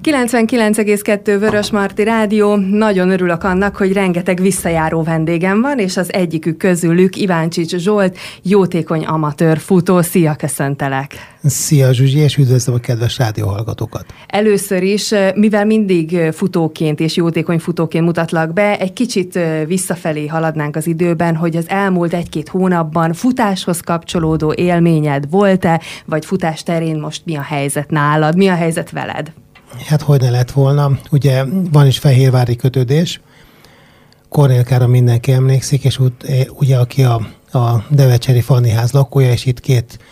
99,2 Vörösmarty Rádió. Nagyon örülök annak, hogy rengeteg visszajáró vendégem van, és az egyikük közülük Iváncsics Zsolt, jótékony amatőr futó. Szia, köszöntelek! Szia Zsuzsi, és üdvözlöm a kedves rádióhallgatókat! Először is, mivel mindig futóként és jótékony futóként mutatlak be, egy kicsit visszafelé haladnánk az időben, hogy az elmúlt 1-2 hónapban futáshoz kapcsolódó élményed volt-e, vagy futás terén most mi a helyzet nálad, mi a helyzet veled? Hát hogy ne lett volna. Ugye van is fehérvári kötődés, Kornélkára mindenki emlékszik, és ugye aki a Devecseri Fanniház lakója, és itt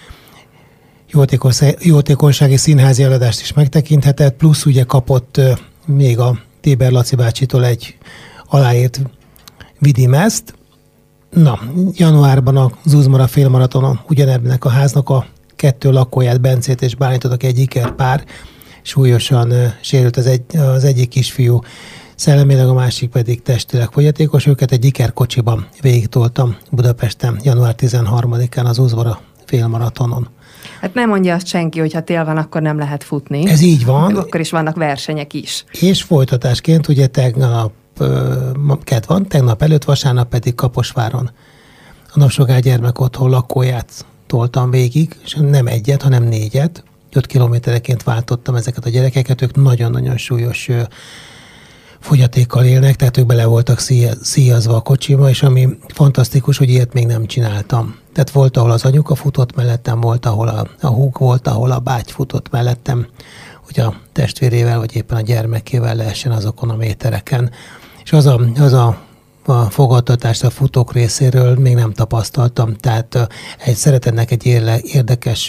2 jótékonysági színházi eladást is megtekinthetett, plusz ugye kapott még a Téber Laci bácsitól egy aláírt vidimezt. Na, januárban a Zuzmara félmaratonon ugyanebnek a háznak a 2 lakóját, Bencét és Bálintot, aki egy ikerpár, súlyosan sérült az egyik kisfiú, szellemileg, a másik pedig testileg fogyatékos. Őket egy ikerkocsiban végigtoltam Budapesten január 13-án az Zuzmara félmaratonon. Hát nem mondja azt senki, hogy ha tél van, akkor nem lehet futni. Ez így van. Akkor is vannak versenyek is. És folytatásként ugye tegnap előtt, vasárnap pedig Kaposváron a Napsugár Gyermekotthon lakóját toltam végig, és nem egyet, hanem 4-et. 5 kilométereként váltottam ezeket a gyerekeket, ők nagyon-nagyon súlyos fogyatékkal élnek, tehát ők bele voltak szíjazva a kocsiba, és ami fantasztikus, hogy ilyet még nem csináltam. Tehát volt, ahol az anyuka futott mellettem, volt, ahol a húg volt, ahol a báty futott mellettem, hogy a testvérével, vagy éppen a gyermekével lehessen azokon a métereken. És az a fogadtatást a futók részéről még nem tapasztaltam, tehát egy szeretetnek egy érdekes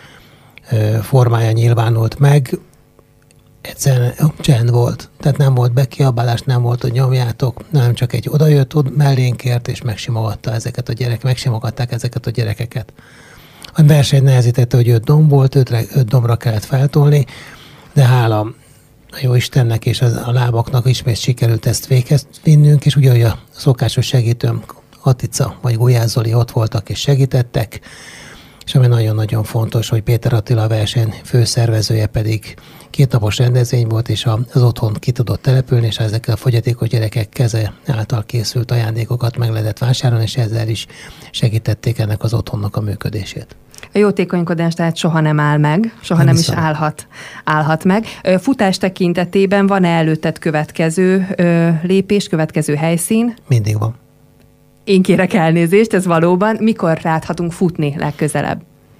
formája nyilvánult meg, egyszerűen csend volt. Tehát nem volt bekiabálás, nem volt, hogy nyomjátok, hanem csak egy odajött, mellénk ért, és megsimogatták ezeket a gyerekeket. A verseny nehezítette, hogy 5 domb volt, 5 dombra kellett feltolni, de hála a jó Istennek és a lábaknak ismét sikerült ezt véghez vinnünk, és ugye, hogy a szokásos segítőm, Attica vagy Gulyás Zoli ott voltak és segítettek, és ami nagyon-nagyon fontos, hogy Péter Attila a verseny főszervezője pedig 2 napos rendezvény volt, és az otthon ki tudott települni, és ezekkel a fogyatékos gyerekek keze által készült ajándékokat meg lehetett vásárolni, és ezzel is segítették ennek az otthonnak a működését. A jótékonykodás tehát soha nem áll meg, soha nem is állhat meg. Futás tekintetében van-e előtted következő lépés, következő helyszín? Mindig van. Én kérek elnézést, ez valóban. Mikor láthatunk futni legközelebb?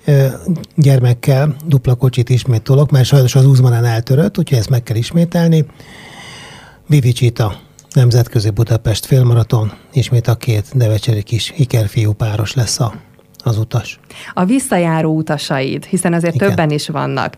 Gyermekkel dupla kocsit ismét tolok, mert sajnos az Zuzmarán eltörött, úgyhogy ezt meg kell ismételni. Vivicsita nemzetközi Budapest félmaraton, ismét a 2 devecseri kis ikerfiú páros lesz az utas. A visszajáró utasaid, hiszen azért igen, többen is vannak.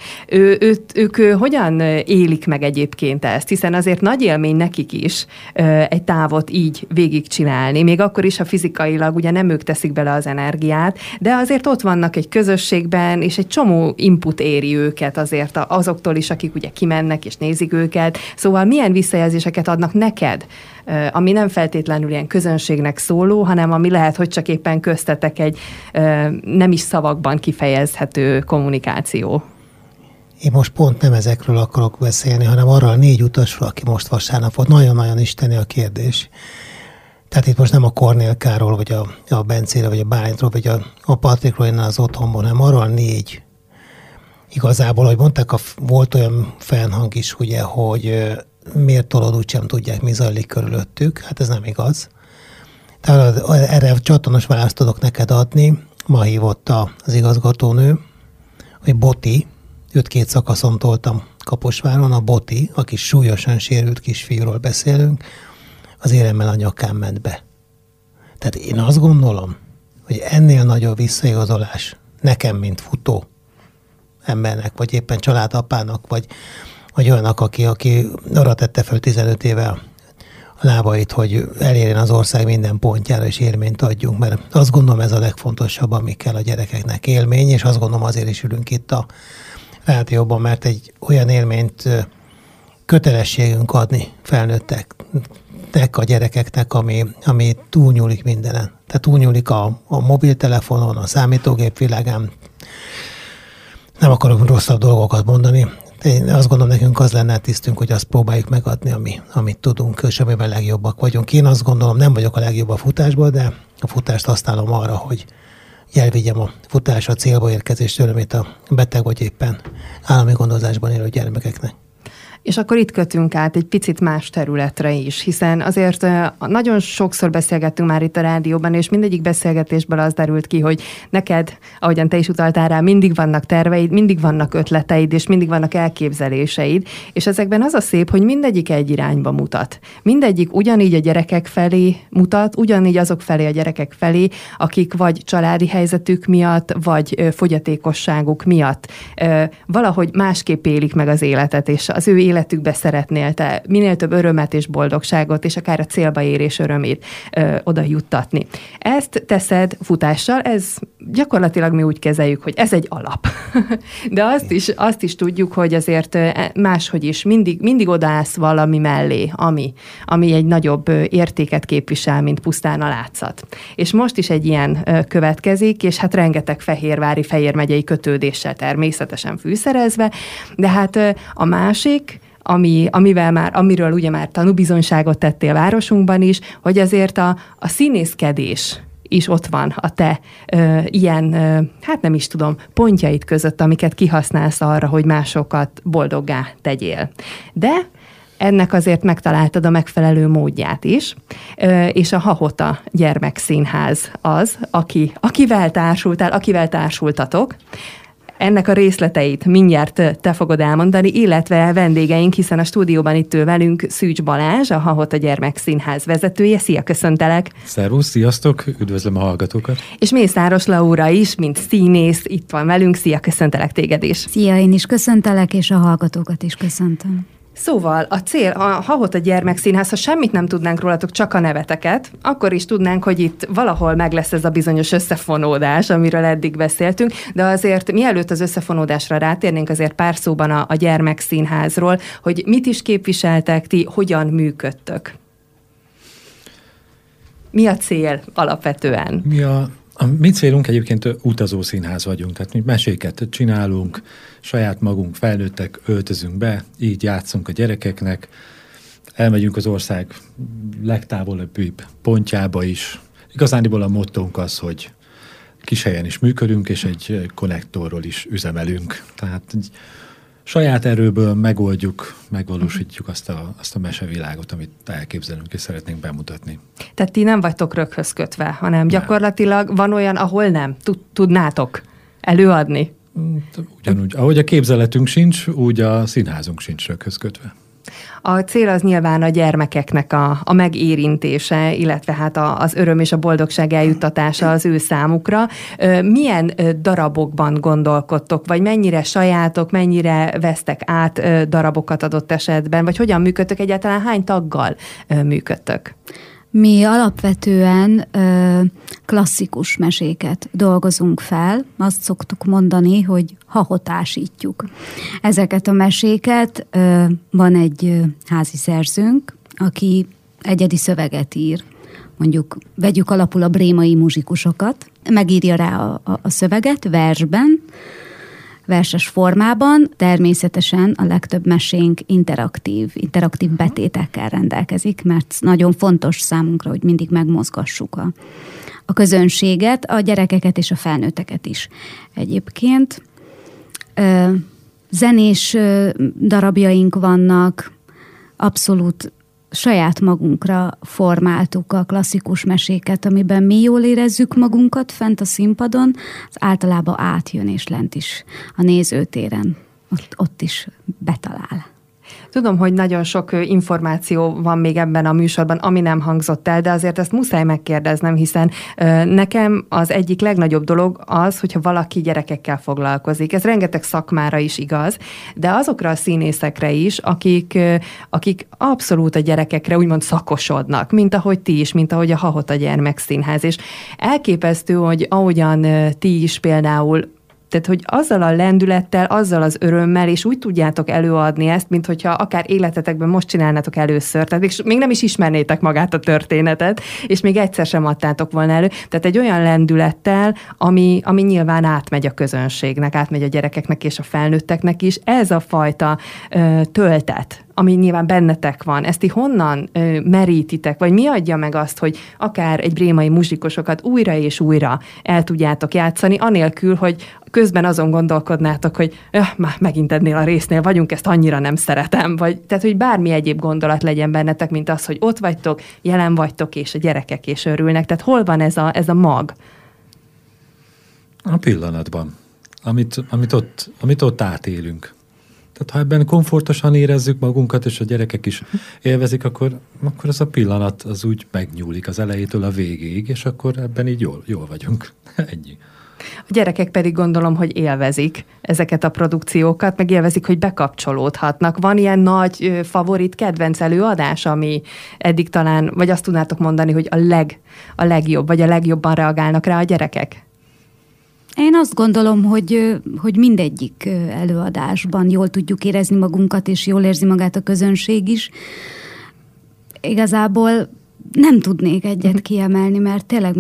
Ők hogyan élik meg egyébként ezt? Hiszen azért nagy élmény nekik is egy távot így végigcsinálni. Még akkor is, ha fizikailag ugye nem ők teszik bele az energiát, de azért ott vannak egy közösségben, és egy csomó input éri őket azért azoktól is, akik ugye kimennek és nézik őket. Szóval milyen visszajelzéseket adnak neked, ami nem feltétlenül ilyen közönségnek szóló, hanem ami lehet, hogy csak éppen köztetek egy nem is szavakban kifejezhető kommunikáció. Én most pont nem ezekről akarok beszélni, hanem arra a 4 utasról, aki most vasárnap volt. Nagyon-nagyon isteni a kérdés. Tehát itt most nem a Kornélkáról, vagy a Bencére, vagy a Bálintról, vagy a Patrikról innen az otthonból, hanem arra a 4. Igazából, ahogy mondták, volt olyan felhang is, ugye, hogy miért tolod, úgysem tudják, mi zajlik körülöttük. Hát ez nem igaz. Tehát erre csatonos választ tudok neked adni. Ma hívott az igazgatónő, hogy Boti, őt 2 szakaszon toltam Kaposváron, a Boti, aki súlyosan sérült kisfiúról beszélünk, az éremmel a nyakán ment be. Tehát én azt gondolom, hogy ennél nagyobb visszaigazolás nekem, mint futó embernek, vagy éppen családapának, vagy olyanak, aki arra tette fel 15 éve a lábait, hogy elérjen az ország minden pontjára, és élményt adjunk, mert azt gondolom, ez a legfontosabb, ami kell a gyerekeknek, élmény, és azt gondolom, azért is ülünk itt a rádióban, mert egy olyan élményt kötelességünk adni felnőtteknek, a gyerekeknek, ami túlnyúlik mindenen. Tehát túlnyúlik a mobiltelefonon, a számítógép világán. Nem akarok rosszabb dolgokat mondani. Én azt gondolom, nekünk az lenne tisztünk, hogy azt próbáljuk megadni, amit tudunk, és amiben legjobbak vagyunk. Én azt gondolom, nem vagyok a legjobb a futásból, de a futást használom arra, hogy elvigyem a futás, a célba érkezés örömét a beteg vagy éppen állami gondozásban élő gyermekeknek. És akkor itt kötünk át egy picit más területre is, hiszen azért nagyon sokszor beszélgettünk már itt a rádióban, és mindegyik beszélgetésből az derült ki, hogy neked, ahogyan te is utaltál rá, mindig vannak terveid, mindig vannak ötleteid, és mindig vannak elképzeléseid, és ezekben az a szép, hogy mindegyik egy irányba mutat. Mindegyik ugyanígy a gyerekek felé mutat, ugyanígy azok felé a gyerekek felé, akik vagy családi helyzetük miatt, vagy fogyatékosságuk miatt valahogy másképp élik meg az életet, és az ő életükbe szeretnél te minél több örömet és boldogságot, és akár a célba érés örömét oda juttatni. Ezt teszed futással, ez gyakorlatilag mi úgy kezeljük, hogy ez egy alap. De azt is tudjuk, hogy azért máshogy is mindig odaállsz valami mellé, ami egy nagyobb értéket képvisel, mint pusztán a látszat. És most is egy ilyen következik, és hát rengeteg Fehérvári-Fejér megyei kötődéssel természetesen fűszerezve, de hát a másik, amiről ugye már tanúbizonyságot tettél városunkban is, hogy azért a színészkedés is ott van a te ilyen, hát nem is tudom, pontjaid között, amiket kihasználsz arra, hogy másokat boldoggá tegyél. De ennek azért megtaláltad a megfelelő módját is, és a Hahota Gyermekszínház az, akivel társultál, akivel társultatok. Ennek a részleteit mindjárt te fogod elmondani, illetve vendégeink, hiszen a stúdióban itt ül velünk Szűcs Balázs, a Hahota Gyermekszínház vezetője. Szia, köszöntelek! Szervusz, sziasztok! Üdvözlöm a hallgatókat! És Mészáros Laura is, mint színész, itt van velünk. Szia, köszöntelek téged is! Szia, én is köszöntelek, és a hallgatókat is köszöntöm. Szóval a cél, a Hahota Gyermekszínház, ha semmit nem tudnánk rólatok, csak a neveteket, akkor is tudnánk, hogy itt valahol meg lesz ez a bizonyos összefonódás, amiről eddig beszéltünk, de azért mielőtt az összefonódásra rátérnénk, azért pár szóban a Gyermekszínházról, hogy mit is képviseltek ti, hogyan működtök. Mi a cél alapvetően? A mi célunk egyébként utazó színház vagyunk, tehát mi meséket csinálunk, saját magunk felnőttek öltözünk be, így játszunk a gyerekeknek, elmegyünk az ország legtávolabbi pontjába is. Igazándiból a mottónk az, hogy kishelyen is működünk, és egy konnektorról is üzemelünk. Tehát saját erőből megvalósítjuk azt a mesevilágot, amit elképzelünk és szeretnénk bemutatni. Tehát ti nem vagytok röghöz kötve, hanem gyakorlatilag van olyan, ahol nem tudnátok előadni? Ugyanúgy, ahogy a képzeletünk sincs, úgy a színházunk sincs röghöz kötve. A cél az nyilván a gyermekeknek a megérintése, illetve hát az öröm és a boldogság eljuttatása az ő számukra. Milyen darabokban gondolkodtok, vagy mennyire sajátok, mennyire vesztek át darabokat adott esetben, vagy hogyan működtök egyáltalán, hány taggal működtök? Mi alapvetően klasszikus meséket dolgozunk fel. Azt szoktuk mondani, hogy hahotásítjuk ezeket a meséket. Van egy házi szerzőnk, aki egyedi szöveget ír. Mondjuk vegyük alapul a brémai muzsikusokat. Megírja rá a szöveget versben, verses formában, természetesen a legtöbb mesénk interaktív betétekkel rendelkezik, mert nagyon fontos számunkra, hogy mindig megmozgassuk a közönséget, a gyerekeket és a felnőtteket is. Egyébként zenés darabjaink vannak, abszolút saját magunkra formáltuk a klasszikus meséket, amiben mi jól érezzük magunkat fent a színpadon, az általában átjön és lent is a nézőtéren, ott is betalál. Tudom, hogy nagyon sok információ van még ebben a műsorban, ami nem hangzott el, de azért ezt muszáj megkérdeznem, hiszen nekem az egyik legnagyobb dolog az, hogyha valaki gyerekekkel foglalkozik. Ez rengeteg szakmára is igaz, de azokra a színészekre is, akik abszolút a gyerekekre úgymond szakosodnak, mint ahogy ti is, mint ahogy a Hahota Gyermekszínház. És elképesztő, hogy ahogyan ti is például Tehát, hogy azzal a lendülettel, azzal az örömmel, és úgy tudjátok előadni ezt, mint hogyha akár életetekben most csinálnátok először, tehát még nem is ismernétek magát a történetet, és még egyszer sem adtátok volna elő. Tehát egy olyan lendülettel, ami nyilván átmegy a közönségnek, átmegy a gyerekeknek és a felnőtteknek is. Ez a fajta töltet, ami nyilván bennetek van, ezt ti honnan merítitek, vagy mi adja meg azt, hogy akár egy brémai muzsikusokat újra és újra el tudjátok játszani, anélkül, hogy közben azon gondolkodnátok, hogy már megint ennél a résznél vagyunk, ezt annyira nem szeretem, vagy tehát, hogy bármi egyéb gondolat legyen bennetek, mint az, hogy ott vagytok, jelen vagytok, és a gyerekek is örülnek. Tehát hol van ez a mag? A pillanatban, amit ott átélünk. Tehát ha ebben komfortosan érezzük magunkat, és a gyerekek is élvezik, akkor az a pillanat az úgy megnyúlik az elejétől a végéig, és akkor ebben így jól vagyunk. Ennyi. A gyerekek pedig gondolom, hogy élvezik ezeket a produkciókat, meg élvezik, hogy bekapcsolódhatnak. Van ilyen nagy favorit kedvenc előadás, ami eddig talán, vagy azt tudnátok mondani, hogy a legjobb, vagy a legjobban reagálnak rá a gyerekek? Én azt gondolom, hogy mindegyik előadásban jól tudjuk érezni magunkat, és jól érzi magát a közönség is. Igazából nem tudnék egyet kiemelni, mert tényleg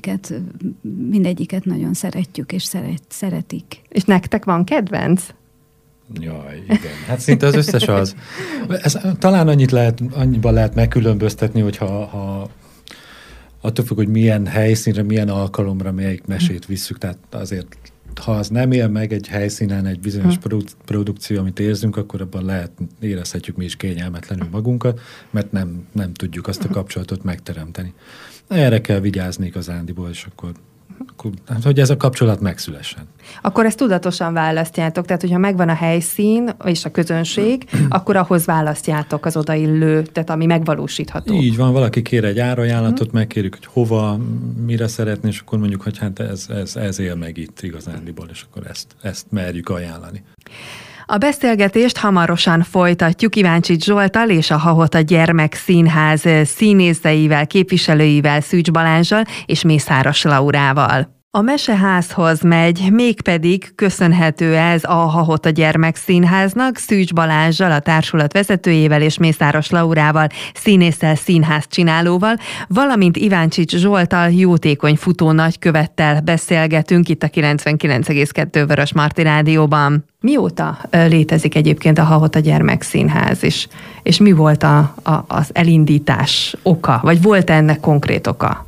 mindegyiket nagyon szeretjük, és szeretik. És nektek van kedvenc? Jaj, igen. Hát szinte az összes az. Talán annyiban lehet megkülönböztetni, hogyha attól függ, hogy milyen helyszínre, milyen alkalomra, melyik mesét visszük. Tehát azért, ha az nem él meg egy helyszínen egy bizonyos produkció, amit érzünk, akkor abban érezhetjük mi is kényelmetlenül magunkat, mert nem tudjuk azt a kapcsolatot megteremteni. Erre kell vigyázni igazándiból, és akkor hogy ez a kapcsolat megszülessen. Akkor ezt tudatosan választjátok, tehát hogyha megvan a helyszín és a közönség, akkor ahhoz választjátok az odaillő, tehát ami megvalósítható. Így van, valaki kér egy árajánlatot, megkérjük, hogy hova, mire szeretné, és akkor mondjuk, hogy hát ez él meg itt igazándiból, és akkor ezt merjük ajánlani. A beszélgetést hamarosan folytatjuk Iváncsics Zsolttal és a Hahota Gyermekszínház színészeivel, képviselőivel, Szűcs Balázssal és Mészáros Laurával. A Meseházhoz megy, mégpedig köszönhető ez a Hahota Gyermekszínháznak, Szűcs Balázssal, a társulat vezetőjével és Mészáros Laurával, színésszel, színházcsinálóval, valamint Iváncsics Zsolttal, jótékony futó nagykövettel beszélgetünk itt a 99,2 Vörösmarty Rádióban. Mióta létezik egyébként a Hahota Gyermekszínház, és mi volt az elindítás oka, vagy volt ennek konkrét oka?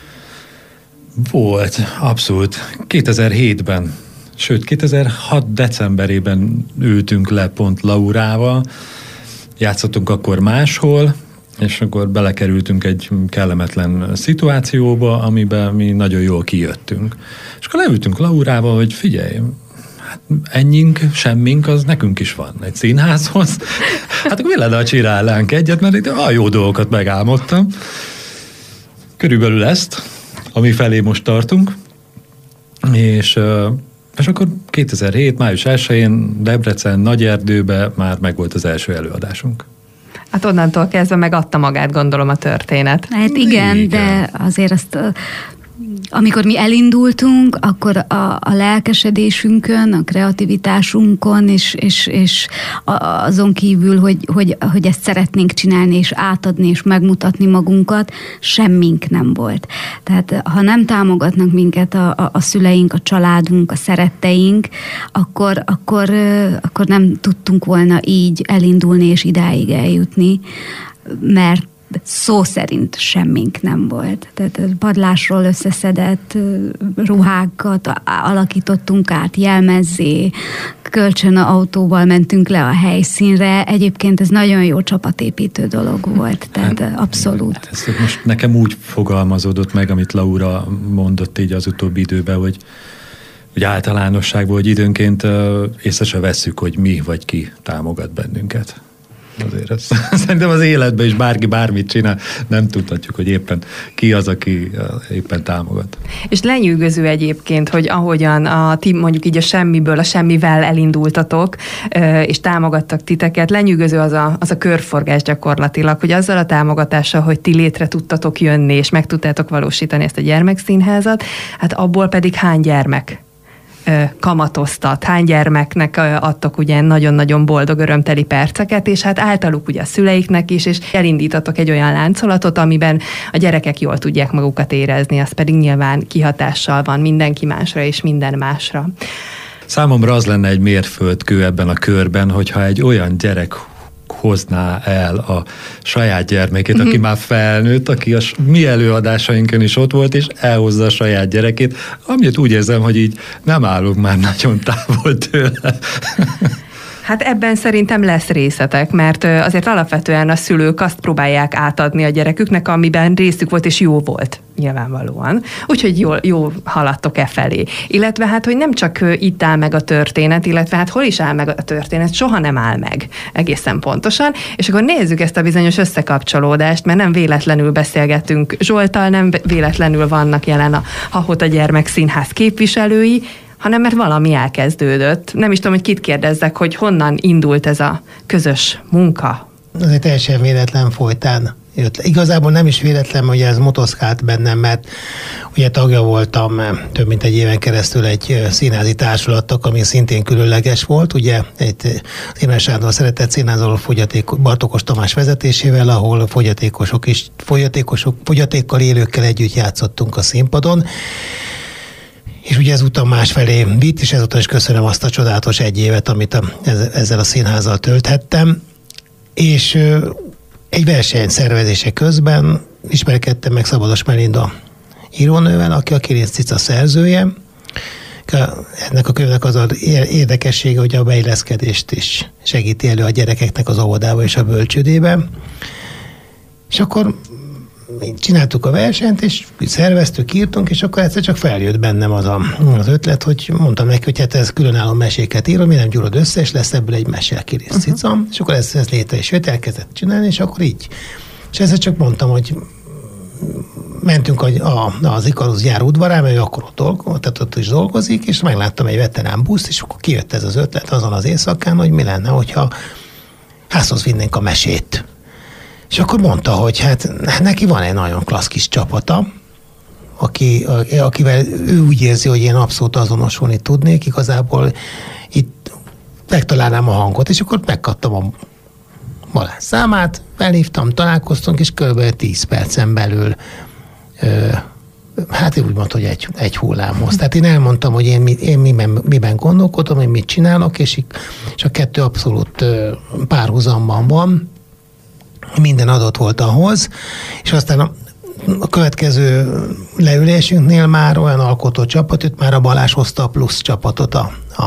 Volt, abszolút. 2007-ben, sőt 2006 decemberében ültünk le pont Laurával, játszottunk akkor máshol, és akkor belekerültünk egy kellemetlen szituációba, amiben mi nagyon jól kijöttünk. És akkor leültünk Laurával, hogy figyelj, hát ennyink, semmink, az nekünk is van egy színházhoz. Hát akkor mi lenne, ha csinálnánk egyet, mert itt a jó dolgokat megálmodtam. Körülbelül ezt, ami felé most tartunk, és akkor 2007. május 1-én Debrecen Nagyerdőbe már megvolt az első előadásunk. Hát onnantól kezdve megadta magát, gondolom, a történet. Hát igen. De azért azt, amikor mi elindultunk, akkor a lelkesedésünkön, a kreativitásunkon, és azon kívül, hogy ezt szeretnénk csinálni, és átadni, és megmutatni magunkat, semmink nem volt. Tehát ha nem támogatnak minket a szüleink, a családunk, a szeretteink, akkor nem tudtunk volna így elindulni, és idáig eljutni, mert szó szerint semmink nem volt. Tehát padlásról összeszedett ruhákat alakítottunk át jelmezzé, kölcsön autóval mentünk le a helyszínre. Egyébként ez nagyon jó csapatépítő dolog volt, tehát abszolút. Ez most nekem úgy fogalmazódott meg, amit Laura mondott így az utóbbi időben, hogy általánosságban, hogy időnként észre se vesszük, hogy mi vagy ki támogat bennünket. Azért szerintem az életben is bárki bármit csinál, nem tudhatjuk, hogy éppen ki az, aki éppen támogat. És lenyűgöző egyébként, hogy ahogyan ti mondjuk így a semmiből, a semmivel elindultatok, és támogattak titeket, lenyűgöző az a körforgás gyakorlatilag, hogy azzal a támogatással, hogy ti létre tudtatok jönni, és meg tudtátok valósítani ezt a gyermekszínházat, hát abból pedig hány gyermek kamatoztat, hány gyermeknek adtok ugye nagyon-nagyon boldog, örömteli perceket, és hát általuk ugye a szüleiknek is, és elindítatok egy olyan láncolatot, amiben a gyerekek jól tudják magukat érezni, az pedig nyilván kihatással van mindenki másra és minden másra. Számomra az lenne egy mérföldkő ebben a körben, hogyha egy olyan gyerek hozná el a saját gyermekét, aki már felnőtt, aki a mi előadásainkon is ott volt, és elhozza a saját gyerekét, amit úgy érzem, hogy így nem állunk már nagyon távol tőle. Hát ebben szerintem lesz részletek, mert azért alapvetően a szülők azt próbálják átadni a gyereküknek, amiben részük volt, és jó volt, nyilvánvalóan. Úgyhogy jól haladtok e felé. Illetve hát, hogy nem csak itt áll meg a történet, illetve hát hol is áll meg a történet, soha nem áll meg egészen pontosan, és akkor nézzük ezt a bizonyos összekapcsolódást, mert nem véletlenül beszélgetünk Zsolttal, nem véletlenül vannak jelen a Hahota Gyermekszínház képviselői, hanem mert valami elkezdődött. Nem is tudom, hogy kit kérdezzek, hogy honnan indult ez a közös munka. Ez egy teljesen véletlen folytán jött. Igazából nem is véletlen, hogy ez motoszkált bennem, mert ugye tagja voltam több mint egy éven keresztül egy színházi társulatnak, ami szintén különleges volt, ugye egy Imre Sándor Szeretett Színházról Bartókos Tamás vezetésével, ahol fogyatékkal élőkkel együtt játszottunk a színpadon. És ugye ezúttal másfelé vitt, és ezúttal is köszönöm azt a csodálatos egy évet, amit ezzel a színházzal tölthettem. És egy verseny szervezése közben ismerkedtem meg Szabados Melinda írónővel, aki a Kirinc Cica szerzője. Ennek a könyvnek az az érdekessége, hogy a beilleszkedést is segíti elő a gyerekeknek az óvodába és a bölcsődébe. És akkor csináltuk a versenyt, és szerveztük, írtunk, és akkor egyszer csak feljött bennem az ötlet, hogy mondtam neki, hogy hát ez különálló meséket írom, mi nem gyúrod össze, és lesz ebből egy mese, Kirinc Cica, és akkor ez létre is jött, elkezdett csinálni, és akkor így. És ezzel csak mondtam, hogy mentünk az Ikarusz gyár udvarán, mert ő akkor ott is dolgozik, és megláttam egy veterán buszt, és akkor kijött ez az ötlet azon az éjszakán, hogy mi lenne, hogyha házhoz vinnénk a mesét. És akkor mondta, hogy hát neki van egy nagyon klassz kis csapata, akivel ő úgy érzi, hogy én abszolút azonosulni tudnék, igazából itt megtalálnám a hangot, és akkor megkaptam a Balázs számát, felhívtam, találkoztunk, és kb. 10 percen belül hát úgy mondta, hogy egy hullámhoz. Tehát én elmondtam, hogy én miben gondolkodom, én mit csinálok, és a kettő abszolút párhuzamban van, minden adott volt ahhoz, és aztán a következő leülésünknél már olyan alkotó csapat, itt már a Balázs hozta a plusz csapatot.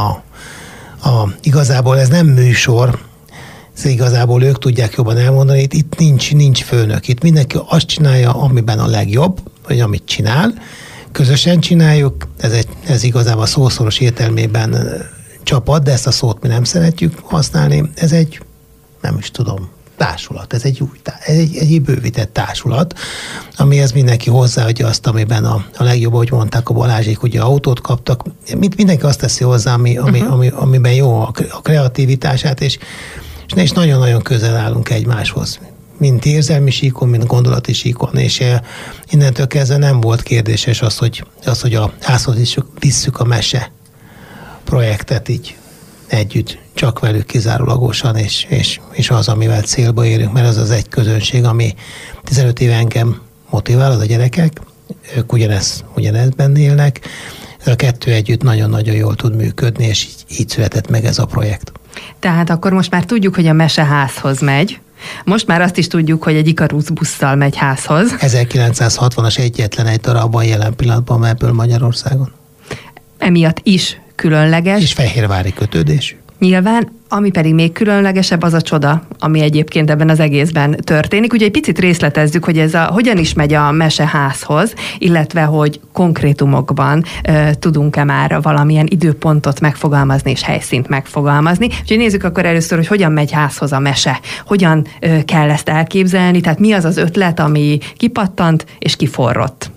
Igazából ez nem műsor, igazából ők tudják jobban elmondani, itt nincs főnök, itt mindenki azt csinálja, amiben a legjobb, vagy amit csinál, közösen csináljuk, ez igazából a szószoros értelmében csapat, de ezt a szót mi nem szeretjük használni, ez egy, nem is tudom, társulat, ez egy bővített társulat, amihez mindenki hozzáadja azt, amiben a legjobb, ahogy mondták a Balázsék, ugye autót kaptak, mindenki azt teszi hozzá, amiben jó a kreativitását, és nagyon-nagyon közel állunk egymáshoz. Mint érzelmi síkon, mint gondolati síkon, és innentől kezdve nem volt kérdéses az, hogy a házhoz is visszük a mese projektet így együtt, csak velük kizárólagosan, és az, amivel célba érünk, mert az az egy közönség, ami 15 éve engem motivál, az a gyerekek, ők ugyanezben élnek, a kettő együtt nagyon-nagyon jól tud működni, és így született meg ez a projekt. Tehát akkor most már tudjuk, hogy a mese házhoz megy. Most már azt is tudjuk, hogy egy Ikarusz busszal megy házhoz. 1960-as egyetlen egy darabban jelen pillanatban ebből Magyarországon. Emiatt is különleges. És fehérvári kötődésű. Nyilván, ami pedig még különlegesebb, az a csoda, ami egyébként ebben az egészben történik. Ugye egy picit részletezzük, hogy hogyan is megy a mese házhoz, illetve hogy konkrétumokban tudunk-e már valamilyen időpontot megfogalmazni és helyszínt megfogalmazni. Úgyhogy nézzük akkor először, hogy hogyan megy házhoz a mese, hogyan kell ezt elképzelni, tehát mi az az ötlet, ami kipattant és kiforrott.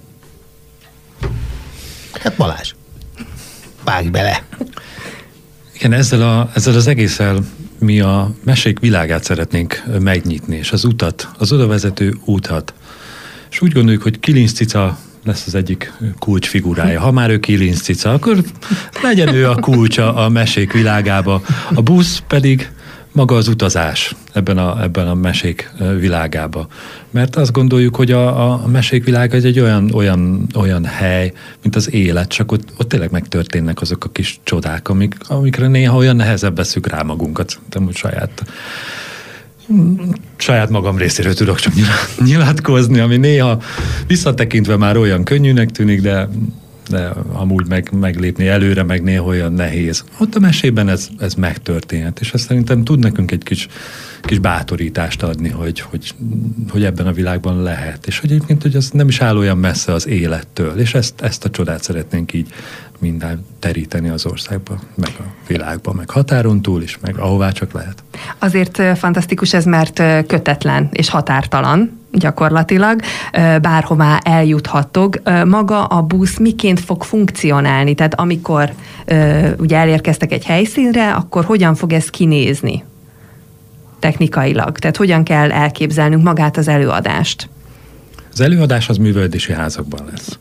Hát Balázs, vágj bele! Igen, ezzel az egésszel mi a mesék világát szeretnénk megnyitni, és az utat, az odavezető útat. És úgy gondoljuk, hogy Kirinc Cica lesz az egyik kulcsfigurája. Ha már ő Kilinc cica, akkor legyen ő a kulcs a mesék világába. A busz pedig maga az utazás ebben a mesék világába. Mert azt gondoljuk, hogy a mesék világa egy olyan hely, mint az élet, csak ott tényleg megtörténnek azok a kis csodák, amikre néha olyan nehezebb veszük rá magunkat. Szerintem, hogy saját magam részéről tudok csak nyilatkozni, ami néha visszatekintve már olyan könnyűnek tűnik, de amúgy meglépni előre, meg néha olyan nehéz. Ott a mesében ez megtörténhet, és ez szerintem tud nekünk egy kis bátorítást adni, hogy ebben a világban lehet. És hogy egyébként, hogy ez nem is áll olyan messze az élettől, és ezt a csodát szeretnénk így minden teríteni az országba, meg a világba, meg határon túl is, meg ahová csak lehet. Azért fantasztikus ez, mert kötetlen és határtalan gyakorlatilag, bárhová eljuthattok. Maga a busz miként fog funkcionálni? Tehát amikor ugye elérkeztek egy helyszínre, akkor hogyan fog ez kinézni technikailag? Tehát hogyan kell elképzelnünk magát az előadást? Az előadás az művelődési házakban lesz.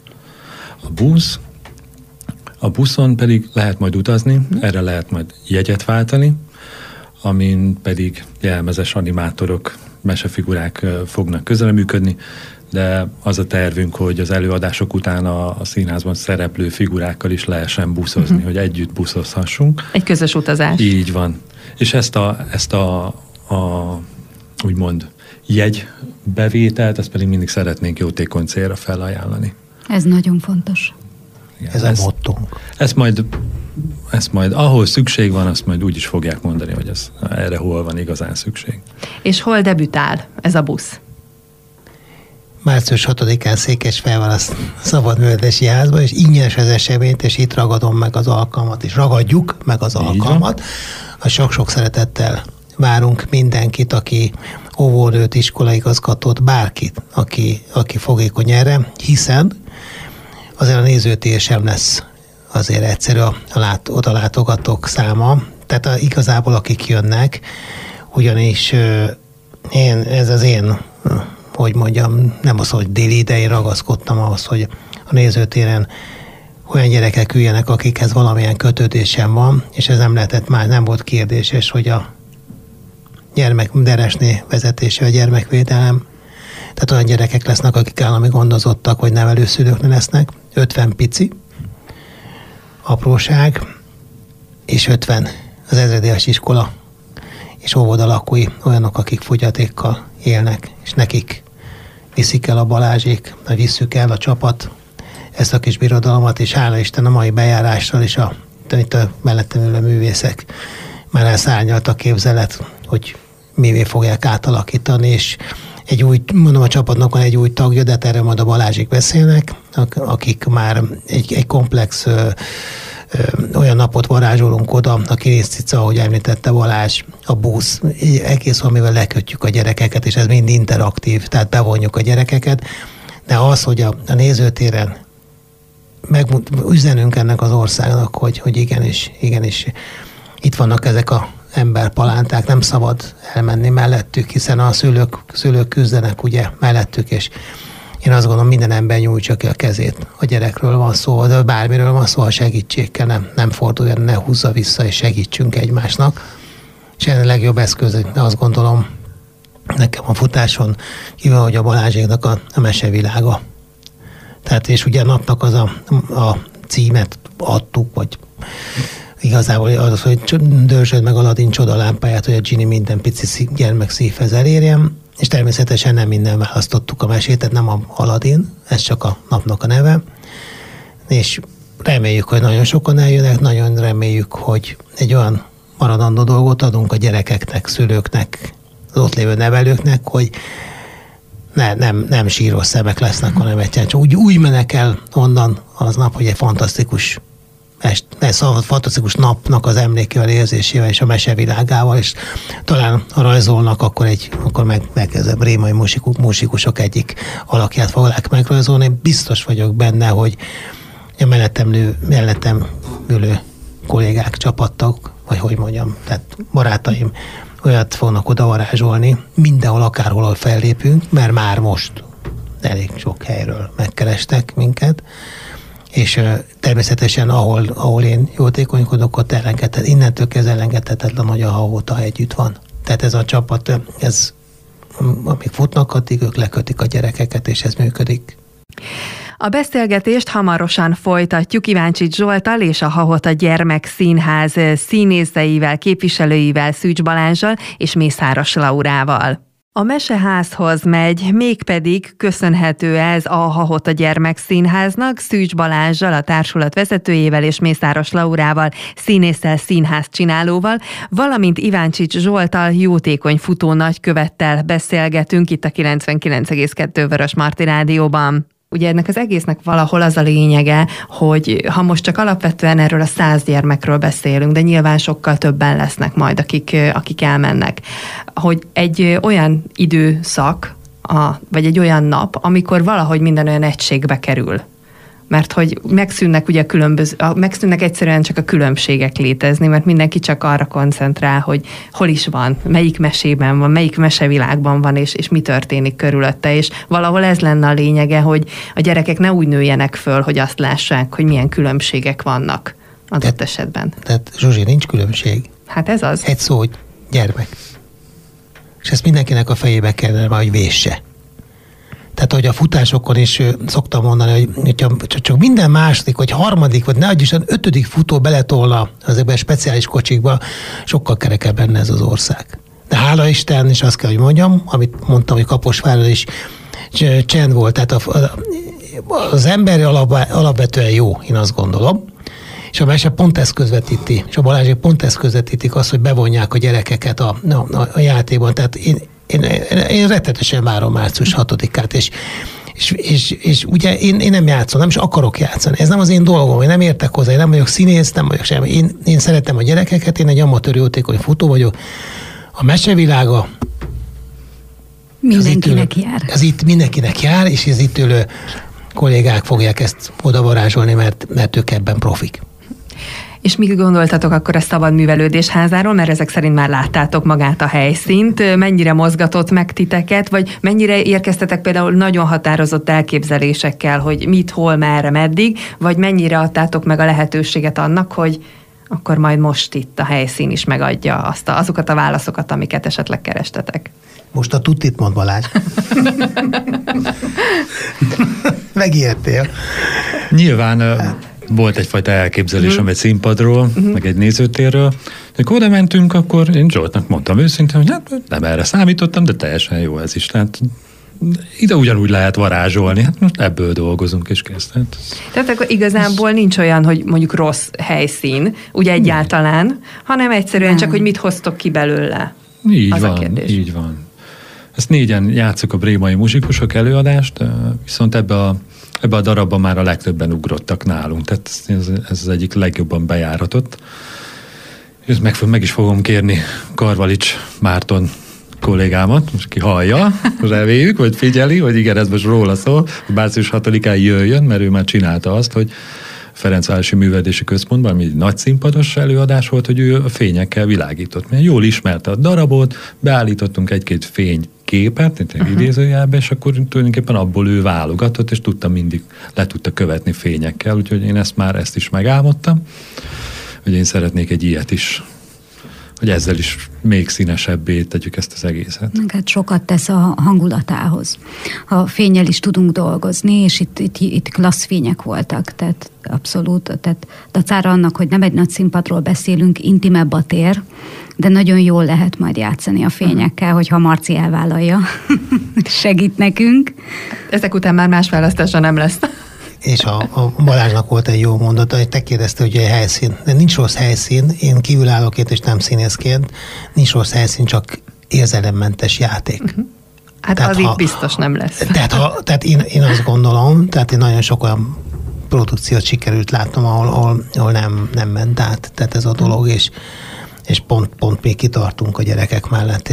A buszon pedig lehet majd utazni, erre lehet majd jegyet váltani, amin pedig jelmezes animátorok, mesefigurák fognak közreműködni, de az a tervünk, hogy az előadások után a színházban szereplő figurákkal is lehessen buszozni, hogy együtt buszozhassunk. Egy közös utazás. Így van. És ezt a úgymond jegybevételt, ezt pedig mindig szeretnénk jótékony célra felajánlani. Ez nagyon fontos. Igen, ez a mottónk. Ezt majd ahol szükség van, azt majd úgy is fogják mondani, hogy erre hol van igazán szükség. És hol debütál ez a busz? Március 6-án Székesfehérvár a Szabadművelődési Házban, és ingyenes az eseményt, és itt ragadom meg az alkalmat, és ragadjuk meg az alkalmat. A sok-sok szeretettel várunk mindenkit, aki óvónőt, iskolaigazgatót, bárkit, aki fogékony erre, hiszen azért a nézőtér sem lesz azért egyszerű oda látogatók száma. Tehát igazából akik jönnek, ugyanis ez az én, hogy mondjam, nem az, hogy déli, de én ragaszkodtam ahhoz, hogy a nézőtéren olyan gyerekek üljenek, akikhez valamilyen kötődésem van, és ez nem lehetett már, nem volt kérdéses, hogy a gyermekderesné vezetése, a gyermekvédelem, tehát olyan gyerekek lesznek, akik állami gondozottak, vagy nevelőszülők lesznek, 50 pici, apróság, és 50 az ezredéves iskola, és óvoda lakói, olyanok, akik fogyatékkal élnek, és nekik viszik el a Balázsék, vagy visszük el a csapat ezt a kis birodalmat, és hála Isten a mai bejárással, és itt a mellettem ülő művészek már elszárnyalt a képzelet, hogy mivé fogják átalakítani, és egy új, mondom, a csapatnak van egy új tagja, de erre majd a Balázsék beszélnek, akik már egy komplex olyan napot varázsolunk oda, a Kilinc cica, ahogy említette Balázs, a busz, egész amivel lekötjük a gyerekeket, és ez mind interaktív, tehát bevonjuk a gyerekeket, de az, hogy a nézőtéren üzenünk ennek az országnak, hogy igenis, itt vannak ezek a emberpalánták, nem szabad elmenni mellettük, hiszen a szülők küzdenek ugye mellettük, és én azt gondolom, minden ember nyújtsa ki a kezét. A gyerekről van szó, de bármiről van szó, a segítség kell, nem forduljon, ne húzza vissza, és segítsünk egymásnak. És ennek a legjobb eszköz, azt gondolom, nekem a futáson kívül, hogy a Balázséknak a mesevilága. Tehát, és ugye a napnak az a címet adtuk, vagy igazából az, hogy Dörzsöld meg Aladin csodalámpáját, hogy a Ginny minden pici gyermek szívhez elérjen, és természetesen nem minden választottuk a mesét, tehát nem a Aladin, ez csak a napnak a neve, és reméljük, hogy nagyon sokan eljönnek, nagyon reméljük, hogy egy olyan maradandó dolgot adunk a gyerekeknek, szülőknek, az ott lévő nevelőknek, hogy nem síros szemek lesznek, hanem egyszerűen csak úgy mennek el onnan aznap, hogy egy fantasztikus fantasztikus napnak az emlékével, érzésével és a mesevilágával, és talán ha rajzolnak, akkor megkezdem rémai músikusok egyik alakját fogják megrajzolni. Biztos vagyok benne, hogy a mellettem ülő kollégák, csapattag, vagy hogy mondjam, tehát barátaim olyat fognak oda varázsolni, mindenhol, akárhol fellépünk, mert már most elég sok helyről megkerestek minket, és természetesen ahol én jótékonykodok, ott innentől kezdve elengedhetetlen, hogy a Hahóta együtt van. Tehát ez a csapat, amíg futnak, addig ők lekötik a gyerekeket, és ez működik. A beszélgetést hamarosan folytatjuk Iváncsics Zsolttal és a Hahóta Gyermekszínház színészeivel, képviselőivel, Szűcs Balázssal és Mészáros Laurával. A Meseházhoz megy, mégpedig köszönhető ez a Hahóta Gyermekszínháznak, Szűcs Balázssal, a társulat vezetőjével és Mészáros Laurával, színésszel, színházcsinálóval, valamint Iváncsics Zsolttal, jótékony futó nagykövettel beszélgetünk itt a 99,2 Vörösmarty Rádióban. Ugye ennek az egésznek valahol az a lényege, hogy ha most csak alapvetően erről a 100 gyermekről beszélünk, de nyilván sokkal többen lesznek majd, akik elmennek, hogy egy olyan időszak, vagy egy olyan nap, amikor valahogy minden olyan egységbe kerül. Mert hogy megszűnnek egyszerűen csak a különbségek létezni, mert mindenki csak arra koncentrál, hogy hol is van, melyik mesében van, melyik mesevilágban van, és mi történik körülötte, és valahol ez lenne a lényege, hogy a gyerekek ne úgy nőjenek föl, hogy azt lássák, hogy milyen különbségek vannak adott esetben. Tehát Zsuzsi, nincs különbség. Hát ez az. Egy szó, hogy gyermek. És ezt mindenkinek a fejébe kellene hogy vésse. Tehát, hogy a futásokon is szoktam mondani, hogy csak minden második, vagy harmadik, vagy ne adj Isten, 5. futó beletolna ezekben a speciális kocsikba, sokkal kerekebb benne ez az ország. De hála Isten, és azt kell, hogy mondjam, amit mondtam, hogy Kaposváron is csend volt. Tehát az ember alapvetően jó, én azt gondolom. És a mese pont ezt közvetíti, és a Balázsék pont ezt közvetítik azt, hogy bevonják a gyerekeket a játékban. Tehát én rettetesen várom március 6-át, és ugye én nem játszom, nem is akarok játszani. Ez nem az én dolgom, én nem értek hozzá, én nem vagyok színész, nem vagyok semmi. Én szeretem a gyerekeket, én egy amatőr jótékony futó vagyok. A mesevilága mindenkinek jár. Ez itt mindenkinek jár, és az itt ülő kollégák fogják ezt odavarázsolni, mert ők ebben profik. És mit gondoltatok akkor a Szabad Művelődés Házáról, mert ezek szerint már láttátok magát a helyszínt, mennyire mozgatott meg titeket, vagy mennyire érkeztetek például nagyon határozott elképzelésekkel, hogy mit, hol, merre, meddig, vagy mennyire adtátok meg a lehetőséget annak, hogy akkor majd most itt a helyszín is megadja azokat a válaszokat, amiket esetleg kerestetek. Most a tuttit mond, Balázs. Megijedtél. Nyilván volt egyfajta elképzelésem egy színpadról, meg egy nézőtérről. Amikor oda mentünk, akkor én Zsoltnak mondtam őszintén, hogy hát nem erre számítottam, de teljesen jó ez is. Tehát ide ugyanúgy lehet varázsolni, hát most ebből dolgozunk és kész. Tehát akkor igazából nincs olyan, hogy mondjuk rossz helyszín, ugye egyáltalán, hanem egyszerűen csak, hogy mit hoztok ki belőle. Így van. Ezt 4-en játszok a brémai muzsikusok előadást, viszont ebbe a darabban már a legtöbben ugrottak nálunk, tehát ez az egyik legjobban bejáratott. És meg is fogom kérni Karvalics Márton kollégámat, most ki hallja, reméljük, vagy figyeli, hogy igen, ez most róla szól, hogy március 6-án jöjjön, mert ő már csinálta azt, hogy Ferencvárosi Művelődési Központban, ami egy nagy színpados előadás volt, hogy ő a fényekkel világított. Mert jól ismerte a darabot, beállítottunk egy-két fényképet, idézőjelbe, és akkor tulajdonképpen abból ő válogatott, és mindig le tudta követni fényekkel, úgyhogy én ezt is megálmodtam, hogy én szeretnék egy ilyet is, hogy ezzel is még színesebbé tegyük ezt az egészet. Hát sokat tesz a hangulatához. Ha fénnyel is tudunk dolgozni, és itt klassz fények voltak, tehát abszolút, tehát dacára annak, hogy nem egy nagy színpadról beszélünk, intimebb a tér, de nagyon jól lehet majd játszani a fényekkel, hogyha Marci elvállalja, segít nekünk. Ezek után már más választása nem lesz. És a Balázsnak volt egy jó mondata, hogy te kérdezte, hogy egy helyszín. De nincs rossz helyszín, én kívülállóként és nem színészként, nincs rossz helyszín, csak érzelemmentes játék. Hát tehát az itt biztos nem lesz. Tehát én azt gondolom, tehát én nagyon sok olyan produkciót sikerült látnom, ahol nem ment át, tehát ez a dolog, és pont még kitartunk a gyerekek mellett,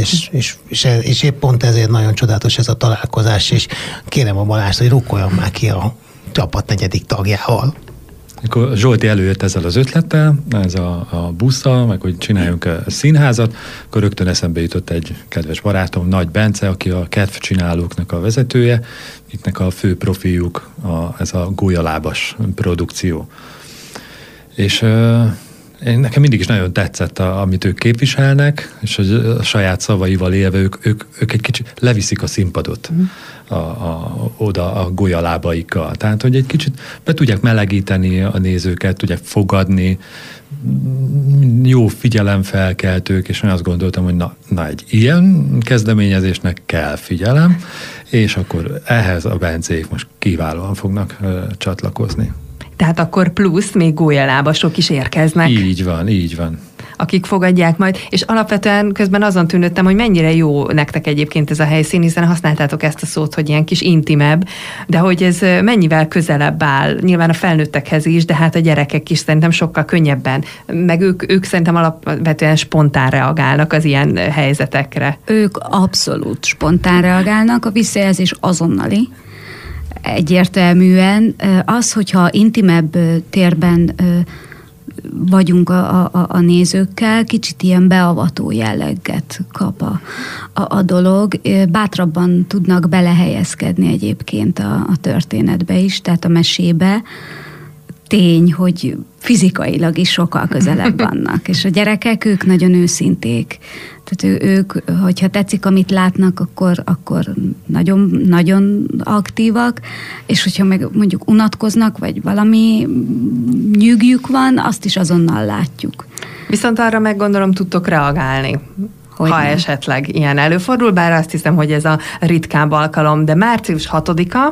és épp pont ezért nagyon csodálatos ez a találkozás, és kérem a Balást, hogy rukkoljon már ki a csapat 4. tagjával. Mikor Zsolti előjött ezzel az ötlettel, ez a busszal, meg hogy csináljunk a színházat, akkor rögtön eszembe jutott egy kedves barátom, Nagy Bence, aki a kedvcsinálóknak a vezetője. Ittnek a fő profiuk ez a gólyalábas produkció. És nekem mindig is nagyon tetszett, amit ők képviselnek, és a saját szavaival élve ők egy kicsit leviszik a színpadot oda a golyalábaikkal. Tehát, hogy egy kicsit be tudják melegíteni a nézőket, tudják fogadni, jó figyelemfelkeltők, és én azt gondoltam, hogy na egy ilyen kezdeményezésnek kell figyelem, és akkor ehhez a Bencék most kiválóan fognak csatlakozni. Tehát akkor plusz még gólyalábasok is érkeznek. Így van. Akik fogadják majd, és alapvetően közben azon tűnődtem, hogy mennyire jó nektek egyébként ez a helyszín, hiszen használtátok ezt a szót, hogy ilyen kis intimebb, de hogy ez mennyivel közelebb áll, nyilván a felnőttekhez is, de hát a gyerekek is szerintem sokkal könnyebben, meg ők szerintem alapvetően spontán reagálnak az ilyen helyzetekre. Ők abszolút spontán reagálnak, a visszajelzés azonnali. Egyértelműen az, hogyha intimebb térben vagyunk a nézőkkel, kicsit ilyen beavató jelleget kap a dolog. Bátrabban tudnak belehelyezkedni egyébként a történetbe is, tehát a mesébe. Tény, hogy fizikailag is sokkal közelebb vannak, és a gyerekek, ők nagyon őszinték. Tehát ők, hogyha tetszik, amit látnak, akkor nagyon, nagyon aktívak, és hogyha meg mondjuk unatkoznak, vagy valami nyűgjük van, azt is azonnal látjuk. Viszont arra meg gondolom tudtok reagálni. Hogyne. Ha esetleg ilyen előfordul, bár azt hiszem, hogy ez a ritkább alkalom, de március 6-a,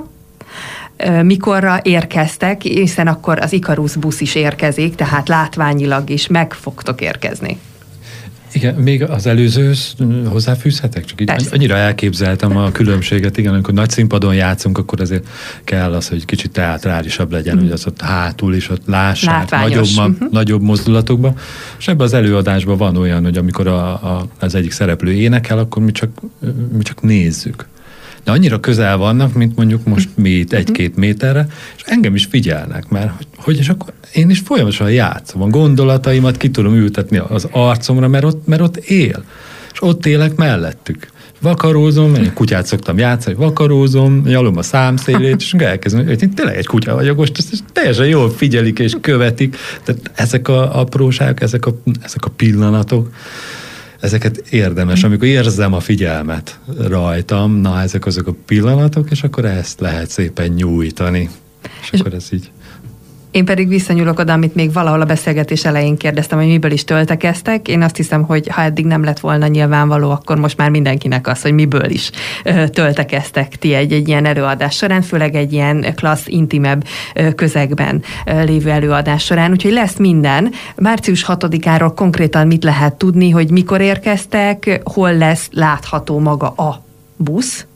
mikorra érkeztek, hiszen akkor az Ikarus busz is érkezik, tehát látványilag is meg fogtok érkezni. Igen, még az előzőhöz hozzáfűzhetek? Csak így annyira elképzeltem a különbséget, igen, amikor nagy színpadon játszunk, akkor azért kell az, hogy kicsit teátrálisabb legyen, hogy az ott hátul is ott lássák, nagyobb mozdulatokban. És ebben az előadásban van olyan, hogy amikor az egyik szereplő énekel, akkor mi csak nézzük. De annyira közel vannak, mint mondjuk most mi itt 1-2 méterre, és engem is figyelnek, mert és akkor én is folyamatosan játszom, a gondolataimat ki tudom ültetni az arcomra, mert ott él. És ott élek mellettük. Vakarózom, én kutyát szoktam játszani, vakarózom, nyalom a számszélét, és elkezdem, hogy én tényleg egy kutya vagyok, most ezt teljesen jól figyelik és követik. Tehát ezek a apróságok, ezek a pillanatok, ezeket érdemes, amikor érzem a figyelmet rajtam, na ezek azok a pillanatok, és akkor ezt lehet szépen nyújtani. És akkor ez így. Én pedig visszanyúlok oda, amit még valahol a beszélgetés elején kérdeztem, hogy miből is töltekeztek. Én azt hiszem, hogy ha eddig nem lett volna nyilvánvaló, akkor most már mindenkinek az, hogy miből is töltekeztek ti egy ilyen előadás során, főleg egy ilyen klassz, intimebb közegben lévő előadás során. Úgyhogy lesz minden. Március 6-áról konkrétan mit lehet tudni, hogy mikor érkeztek, hol lesz látható maga a busz,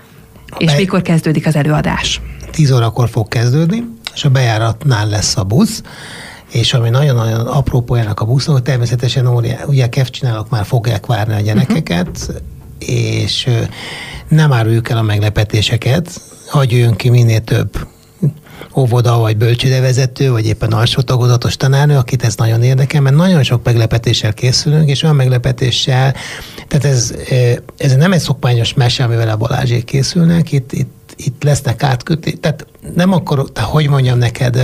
és mikor kezdődik az előadás? 10 órakor fog kezdődni, és a bejáratnál lesz a busz, és ami nagyon-nagyon aprópójának a buszon, hogy természetesen ugye kedvcsinálók már fogják várni a gyerekeket, és nem áruljuk el a meglepetéseket, hagyjunk ki minél több óvoda, vagy bölcsődevezető, vagy éppen alsó tagozatos tanárnő, akit ez nagyon érdekel, mert nagyon sok meglepetéssel készülünk, és olyan meglepetéssel, tehát ez nem egy szokványos mese, amivel a Balázsék készülnek, itt lesznek átkötés, tehát nem akkor, hogy mondjam neked,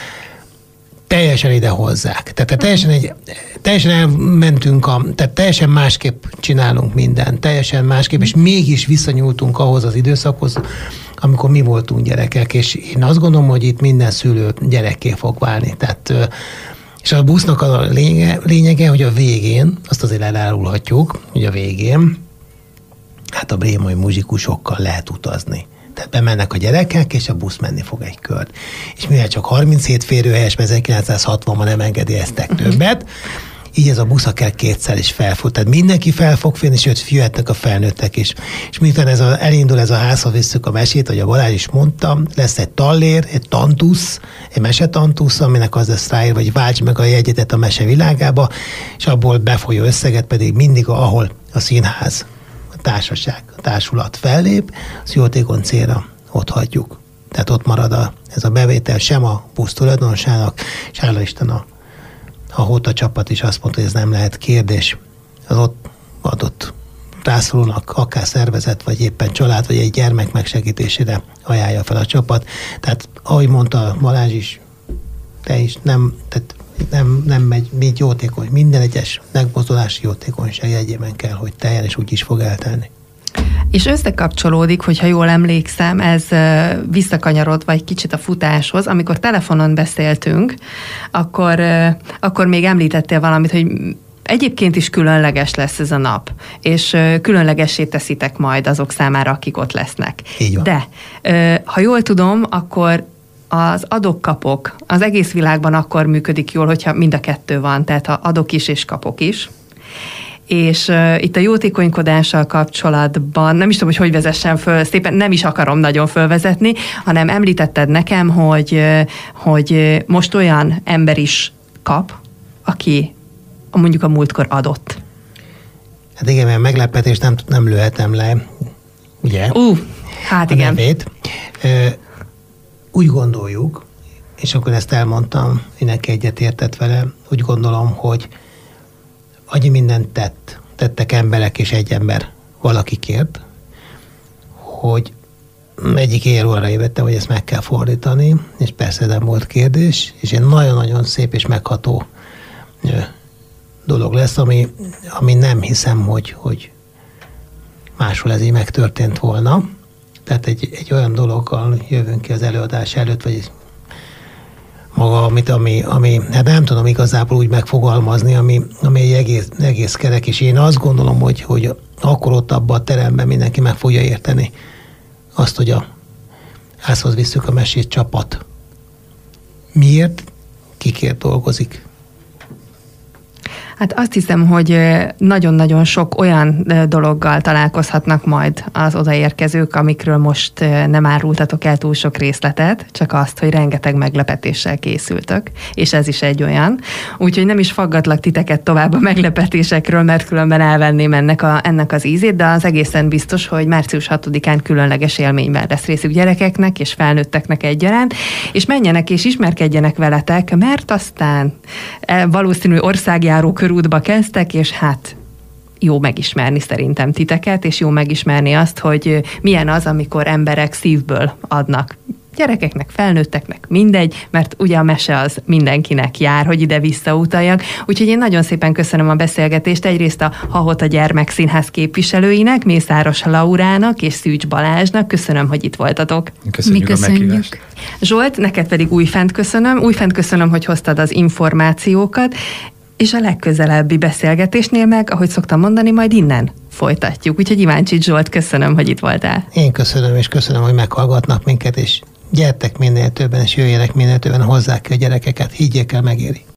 teljesen ide hozzák. Tehát teljesen elmentünk, tehát teljesen másképp csinálunk mindent, teljesen másképp, és mégis visszanyúltunk ahhoz az időszakhoz, amikor mi voltunk gyerekek, és én azt gondolom, hogy itt minden szülő gyerekké fog válni. Tehát, és a busznak a lényege, hogy a végén, azt azért elárulhatjuk, hogy a végén, hát a brémai muzsikusokkal lehet utazni. Tehát bemennek a gyerekek, és a busz menni fog egy kört. És mivel csak 37 férőhelyes, mert 1960-ban nem engedélyeztek többet, így ez a busz akár kétszer is felfut. Tehát mindenki fel fog férni, sőt, jöhetnek a felnőttek is. És miután elindul ez a házhoz visszük a mesét, hogy a Balázs is mondta, lesz egy tallér, egy tantusz, egy mesetantusz, aminek az lesz ráírva, hogy váltsd meg a jegyedet a mese világába, és abból befolyó összeget pedig mindig, ahol a színház, a társaság, a társulat fellép, az jótékony célra ott hagyjuk. Tehát ott marad ez a bevétel sem a busz tulajdonosának, és hála Isten a Hóta csapat is azt mondta, hogy ez nem lehet kérdés. Az ott adott rászorulnak, akár szervezet, vagy éppen család, vagy egy gyermek megsegítésére ajánlja fel a csapat. Tehát ahogy mondta Balázs is, te is, nem megy, mint jótékony. Minden egyes megmozdulási jótékonyság jegyében kell, hogy teljen, és úgy is fog eltelni. És összekapcsolódik, hogyha jól emlékszem, ez visszakanyarodva egy kicsit a futáshoz, amikor telefonon beszéltünk, akkor még említettél valamit, hogy egyébként is különleges lesz ez a nap, és különlegessé teszitek majd azok számára, akik ott lesznek. Így van. De ha jól tudom, akkor az adok-kapok az egész világban akkor működik jól, hogyha mind a kettő van, tehát ha adok is és kapok is. És itt a jótékonykodással kapcsolatban, nem is tudom, hogy vezessem föl, szépen nem is akarom nagyon fölvezetni, hanem említetted nekem, hogy most olyan ember is kap, aki mondjuk a múltkor adott. Hát igen, mert meglepetést nem lőhetem le, ugye? Hát a igen. Nevét. Úgy gondoljuk, és akkor ezt elmondtam, mindenki egyetértett vele, úgy gondolom, hogy annyi mindent tettek emberek, és egy ember valakikért, hogy egyik éjjel arra évettem, hogy ezt meg kell fordítani, és persze nem volt kérdés, és egy nagyon-nagyon szép és megható dolog lesz, ami nem hiszem, hogy máshol ez így megtörtént volna. Tehát egy olyan dologgal jövünk ki az előadás előtt, vagy maga, ami hát nem tudom igazából úgy megfogalmazni, ami egy egész kerek, és én azt gondolom, hogy akkor ott abban a teremben mindenki meg fogja érteni azt, hogy a házhoz visszük a mesét csapat. Miért? Kikért dolgozik? Hát azt hiszem, hogy nagyon-nagyon sok olyan dologgal találkozhatnak majd az odaérkezők, amikről most nem árultatok el túl sok részletet, csak azt, hogy rengeteg meglepetéssel készültök, és ez is egy olyan. Úgyhogy nem is faggatlak titeket tovább a meglepetésekről, mert különben elvenném ennek az ízét, de az egészen biztos, hogy március 6-án különleges élményben lesz részük gyerekeknek és felnőtteknek egyaránt, és menjenek és ismerkedjenek veletek, mert aztán valószínű országjáró körútba kezdtek, és hát jó megismerni szerintem titeket, és jó megismerni azt, hogy milyen az, amikor emberek szívből adnak. Gyerekeknek, felnőtteknek, mindegy, mert ugye a mese az mindenkinek jár, hogy ide visszautaljak. Úgyhogy én nagyon szépen köszönöm a beszélgetést. Egyrészt a Hahota Gyermekszínház képviselőinek, Mészáros Laurának és Szűcs Balázsnak. Köszönöm, hogy itt voltatok. Köszönjük a meghívást. Zsolt, neked pedig újfent köszönöm, hogy hoztad az információkat, és a legközelebbi beszélgetésnél meg, ahogy szoktam mondani, majd innen folytatjuk. Úgyhogy Iváncsik Zsolt, köszönöm, hogy itt voltál. Én köszönöm, és köszönöm, hogy meghallgatnak minket, és gyertek minél többen, és jöjjenek minél többen, hozzák ki a gyerekeket, higgyék el, megéri.